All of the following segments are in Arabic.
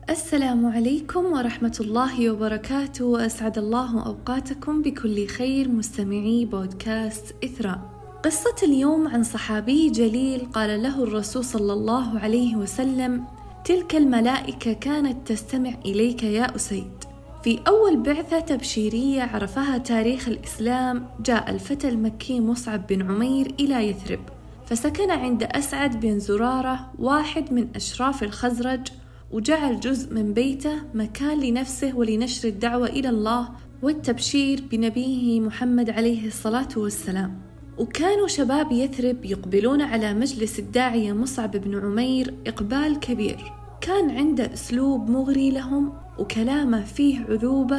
السلام عليكم ورحمة الله وبركاته، وأسعد الله أوقاتكم بكل خير مستمعي بودكاست إثراء. قصة اليوم عن صحابي جليل قال له الرسول صلى الله عليه وسلم: تلك الملائكة كانت تستمع إليك يا أسيد. في أول بعثة تبشيرية عرفها تاريخ الإسلام، جاء الفتى المكي مصعب بن عمير إلى يثرب، فسكن عند أسعد بن زرارة واحد من أشراف الخزرج، وجعل جزء من بيته مكان لنفسه ولنشر الدعوة إلى الله والتبشير بنبيه محمد عليه الصلاة والسلام. وكانوا شباب يثرب يقبلون على مجلس الداعية مصعب بن عمير إقبال كبير، كان عنده أسلوب مغري لهم، وكلامه فيه عذوبة،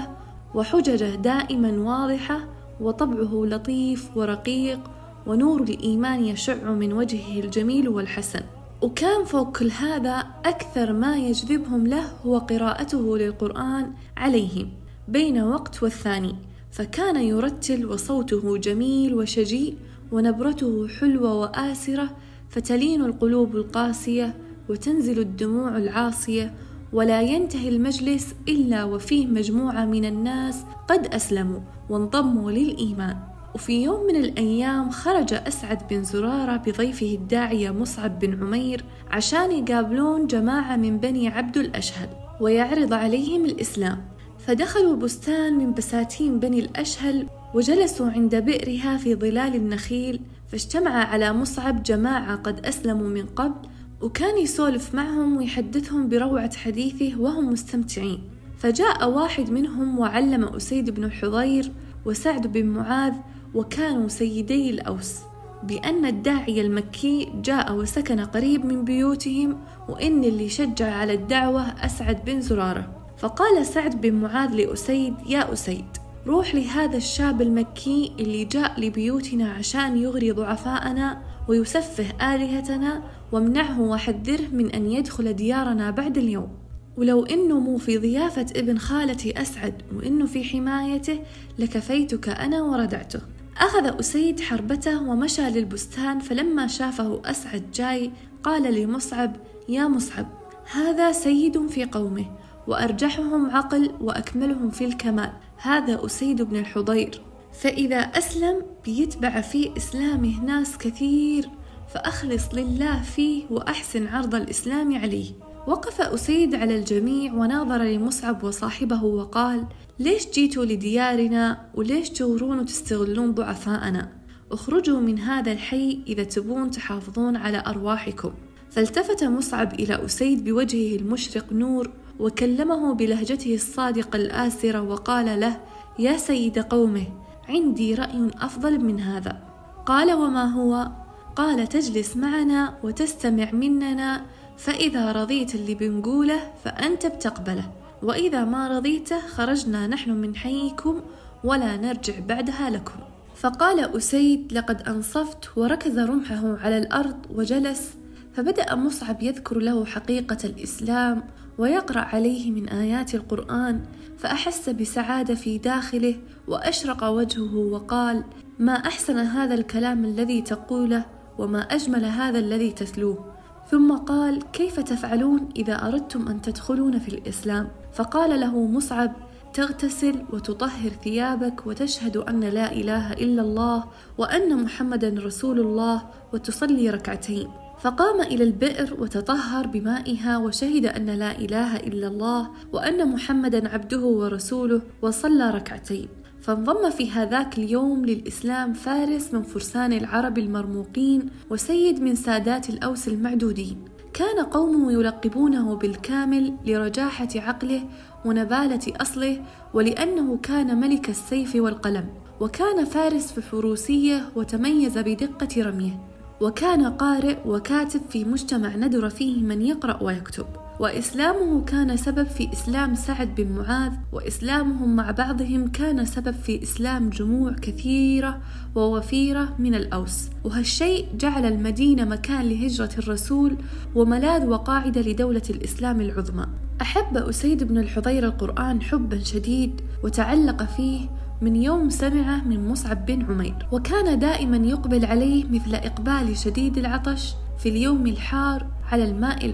وحججه دائما واضحة، وطبعه لطيف ورقيق، ونور الإيمان يشع من وجهه الجميل والحسن. وكان فوق كل هذا أكثر ما يجذبهم له هو قراءته للقرآن عليهم بين وقت والثاني، فكان يرتل وصوته جميل وشجي، ونبرته حلوة وآسرة، فتلين القلوب القاسية وتنزل الدموع العاصية، ولا ينتهي المجلس إلا وفيه مجموعة من الناس قد أسلموا وانضموا للإيمان. وفي يوم من الأيام خرج أسعد بن زرارة بضيفه الداعية مصعب بن عمير عشان يقابلون جماعة من بني عبد الأشهل ويعرض عليهم الإسلام، فدخلوا بستان من بساتين بني الأشهل وجلسوا عند بئرها في ظلال النخيل، فاجتمع على مصعب جماعة قد أسلموا من قبل، وكان يسولف معهم ويحدثهم بروعة حديثه وهم مستمتعين. فجاء واحد منهم وعلم أسيد بن الحضير وسعد بن معاذ، وكانوا سيدي الأوس، بأن الداعية المكي جاء وسكن قريب من بيوتهم، وإن اللي شجع على الدعوة أسعد بن زرارة. فقال سعد بن معاذ لأسيد: يا أسيد، روح لهذا الشاب المكي اللي جاء لبيوتنا عشان يغري ضعفاءنا ويسفه آلهتنا، وامنعه وحذره من أن يدخل ديارنا بعد اليوم، ولو إنه مو في ضيافة ابن خالتي أسعد وإنه في حمايته لكفيتك أنا وردعته. أخذ أسيد حربته ومشى للبستان، فلما شافه أسعد جاي قال لمصعب: يا مصعب، هذا سيد في قومه، وأرجحهم عقل وأكملهم في الكمال، هذا أسيد بن الحضير، فإذا أسلم بيتبع في إسلامه ناس كثير، فأخلص لله فيه وأحسن عرض الإسلام عليه. وقف أسيد على الجميع وناظر لمصعب وصاحبه وقال: ليش جيتوا لديارنا وليش تغرون وتستغلون ضعفاءنا؟ اخرجوا من هذا الحي إذا تبون تحافظون على أرواحكم. فالتفت مصعب إلى أسيد بوجهه المشرق نور، وكلمه بلهجته الصادقة الآسرة، وقال له: يا سيد قومه، عندي رأي أفضل من هذا. قال: وما هو؟ قال: تجلس معنا وتستمع مننا، فإذا رضيت اللي بنقوله فأنت بتقبله، وإذا ما رضيته خرجنا نحن من حيكم ولا نرجع بعدها لكم. فقال أسيد: لقد أنصفت، وركز رمحه على الأرض وجلس. فبدأ مصعب يذكر له حقيقة الإسلام ويقرأ عليه من آيات القرآن، فأحس بسعادة في داخله وأشرق وجهه وقال: ما أحسن هذا الكلام الذي تقوله، وما أجمل هذا الذي تتلوه. ثم قال: كيف تفعلون إذا أردتم أن تدخلون في الإسلام؟ فقال له مصعب: تغتسل وتطهر ثيابك وتشهد أن لا إله إلا الله وأن محمدا رسول الله وتصلي ركعتين. فقام إلى البئر وتطهر بمائها وشهد أن لا إله إلا الله وأن محمدا عبده ورسوله وصلى ركعتين. فانضم في هذاك اليوم للإسلام فارس من فرسان العرب المرموقين، وسيد من سادات الأوس المعدودين. كان قومه يلقبونه بالكامل لرجاحة عقله ونبالة أصله، ولأنه كان ملك السيف والقلم، وكان فارس في الفروسية وتميز بدقة رميه، وكان قارئ وكاتب في مجتمع ندر فيه من يقرأ ويكتب. وإسلامه كان سبب في إسلام سعد بن معاذ، وإسلامهم مع بعضهم كان سبب في إسلام جموع كثيرة ووفيرة من الأوس، وهالشيء جعل المدينة مكان لهجرة الرسول وملاذ وقاعدة لدولة الإسلام العظمى. أحب أسيد بن الحضير القرآن حبا شديد، وتعلق فيه من يوم سمعه من مصعب بن عمير، وكان دائما يقبل عليه مثل إقبال شديد العطش في اليوم الحار على الماء العذب.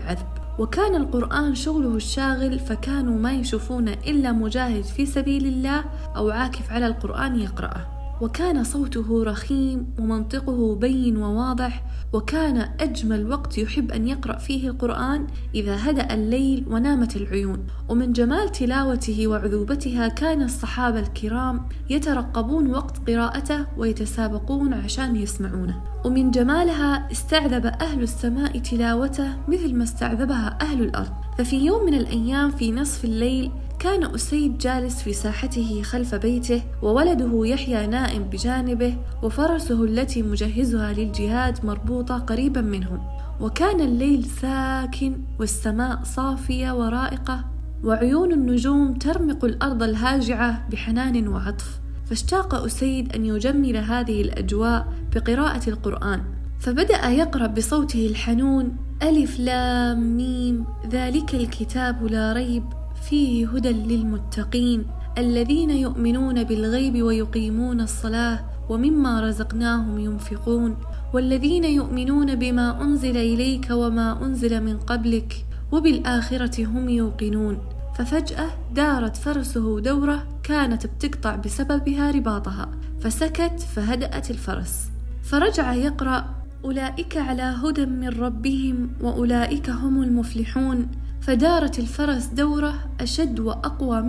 وكان القرآن شغله الشاغل، فكانوا ما يشوفون إلا مجاهد في سبيل الله أو عاكف على القرآن يقرأه. وكان صوته رخيم ومنطقه بين وواضح، وكان أجمل وقت يحب أن يقرأ فيه القرآن إذا هدأ الليل ونامت العيون. ومن جمال تلاوته وعذوبتها كان الصحابة الكرام يترقبون وقت قراءته ويتسابقون عشان يسمعونه. ومن جمالها استعذب أهل السماء تلاوته مثل ما استعذبها أهل الأرض. ففي يوم من الأيام في نصف الليل كان أسيد جالس في ساحته خلف بيته، وولده يحيى نائم بجانبه، وفرسه التي مجهزها للجهاد مربوطة قريبا منهم. وكان الليل ساكن والسماء صافية ورائقة، وعيون النجوم ترمق الأرض الهاجعة بحنان وعطف. فاشتاق أسيد أن يجمل هذه الأجواء بقراءة القرآن، فبدأ يقرأ بصوته الحنون: ألف لام ميم ذلك الكتاب لا ريب فيه هدى للمتقين الذين يؤمنون بالغيب ويقيمون الصلاة ومما رزقناهم ينفقون والذين يؤمنون بما أنزل إليك وما أنزل من قبلك وبالآخرة هم يوقنون. ففجأة دارت فرسه دورة كانت بتقطع بسببها رباطها، فسكت فهدأت الفرس، فرجع يقرأ: أولئك على هدى من ربهم وأولئك هم المفلحون. فدارت الفرس دورة أشد وأقوى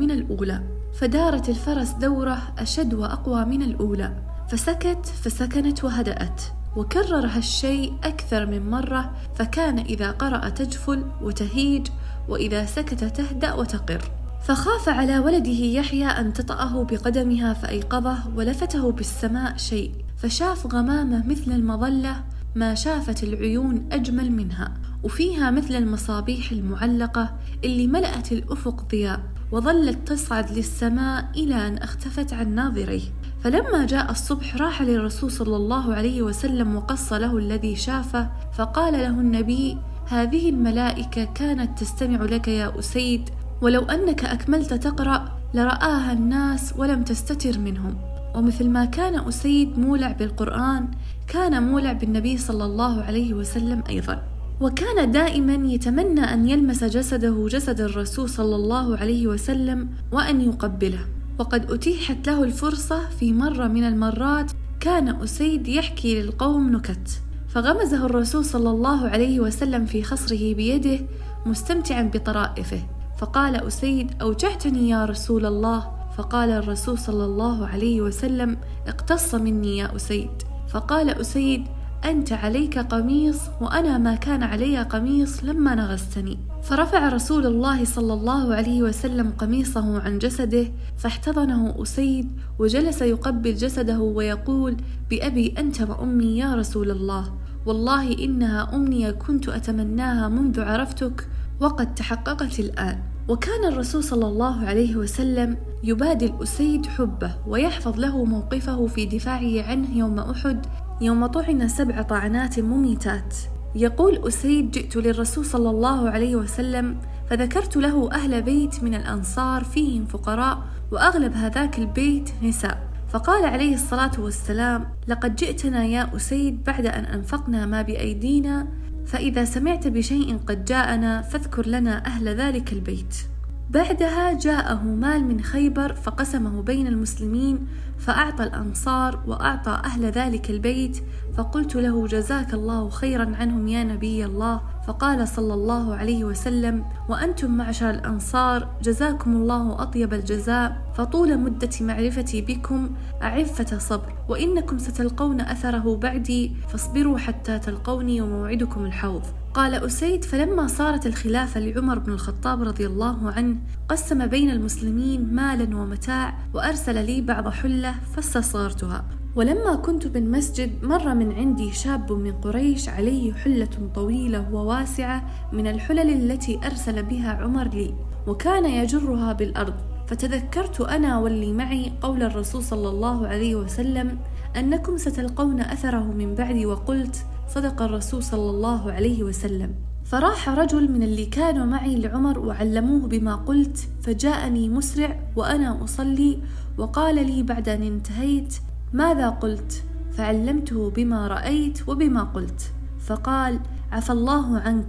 من الأولى، فسكت فسكنت وهدأت، وكرر هالشيء أكثر من مرة، فكان إذا قرأ تجفل وتهيج، وإذا سكت تهدأ وتقر. فخاف على ولده يحيى أن تطأه بقدمها فأيقظه، ولفته بالسماء شيء، فشاف غمامة مثل المظلة ما شافت العيون أجمل منها، وفيها مثل المصابيح المعلقة اللي ملأت الأفق ضياء، وظلت تصعد للسماء إلى أن اختفت عن ناظريه. فلما جاء الصبح راح للرسول صلى الله عليه وسلم وقص له الذي شافه، فقال له النبي: هذه الملائكة كانت تستمع لك يا أسيد، ولو أنك أكملت تقرأ لرآها الناس ولم تستتر منهم. ومثل ما كان أسيد مولع بالقرآن كان مولع بالنبي صلى الله عليه وسلم أيضا، وكان دائما يتمنى أن يلمس جسده جسد الرسول صلى الله عليه وسلم وأن يقبله. وقد أتيحت له الفرصة في مرة من المرات، كان أسيد يحكي للقوم نكت، فغمزه الرسول صلى الله عليه وسلم في خصره بيده مستمتعا بطرائفه، فقال أسيد: أوجعتني يا رسول الله. فقال الرسول صلى الله عليه وسلم: اقتص مني يا أسيد. فقال أسيد: أنت عليك قميص وأنا ما كان علي قميص لما نغزتني. فرفع رسول الله صلى الله عليه وسلم قميصه عن جسده، فاحتضنه أسيد وجلس يقبل جسده ويقول: بأبي أنت وأمي يا رسول الله، والله إنها أمنية كنت أتمناها منذ عرفتك وقد تحققت الآن. وكان الرسول صلى الله عليه وسلم يبادل أسيد حبه ويحفظ له موقفه في دفاعه عنه يوم أحد، يوم طعن 7 طعنات مميتات. يقول أسيد: جئت للرسول صلى الله عليه وسلم فذكرت له أهل بيت من الأنصار فيهم فقراء، وأغلب هذاك البيت نساء، فقال عليه الصلاة والسلام: لقد جئتنا يا أسيد بعد أن أنفقنا ما بأيدينا، فإذا سمعت بشيء قد جاءنا فاذكر لنا أهل ذلك البيت. بعدها جاءه مال من خيبر فقسمه بين المسلمين، فأعطى الأنصار وأعطى أهل ذلك البيت، فقلت له: جزاك الله خيرا عنهم يا نبي الله. فقال صلى الله عليه وسلم: وأنتم معشر الأنصار جزاكم الله أطيب الجزاء، فطول مدة معرفتي بكم أعفة صبر، وإنكم ستلقون أثره بعدي، فاصبروا حتى تلقوني وموعدكم الحوض. قال أسيد: فلما صارت الخلافة لعمر بن الخطاب رضي الله عنه قسم بين المسلمين مالا ومتاع، وأرسل لي بعض حلة فاستصغرتها. ولما كنت بالمسجد مر من عندي شاب من قريش عليه حلة طويلة وواسعة من الحلل التي أرسل بها عمر لي، وكان يجرها بالأرض، فتذكرت أنا واللي معي قول الرسول صلى الله عليه وسلم: أنكم ستلقون أثره من بعدي، وقلت: صدق الرسول صلى الله عليه وسلم. فراح رجل من اللي كانوا معي لعمر وعلموه بما قلت، فجاءني مسرع وأنا أصلي، وقال لي بعد أن انتهيت: ماذا قلت؟ فعلمته بما رأيت وبما قلت، فقال: عفى الله عنك،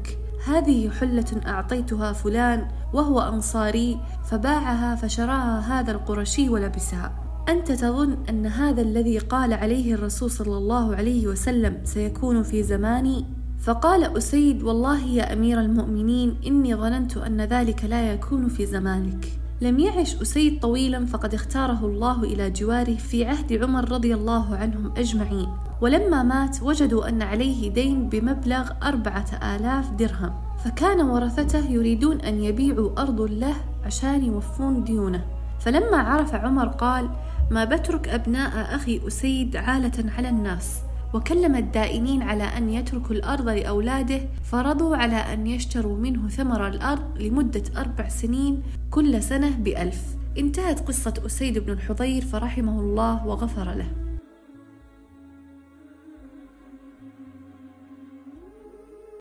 هذه حلة أعطيتها فلان وهو أنصاري فباعها فشراها هذا القرشي ولبسها، أنت تظن أن هذا الذي قال عليه الرسول صلى الله عليه وسلم سيكون في زماني؟ فقال أسيد: والله يا أمير المؤمنين إني ظننت أن ذلك لا يكون في زمانك. لم يعش أسيد طويلا فقد اختاره الله إلى جواره في عهد عمر رضي الله عنهم أجمعين، ولما مات وجدوا أن عليه دين بمبلغ 4000 درهم، فكان ورثته يريدون أن يبيعوا أرض له عشان يوفون ديونه. فلما عرف عمر قال: ما بترك أبناء أخي أسيد عالة على الناس، وكلم الدائنين على أن يتركوا الأرض لأولاده، فرضوا على أن يشتروا منه ثمر الأرض لمدة 4 سنين كل سنة ب1000. انتهت قصة أسيد بن الحضير فرحمه الله وغفر له.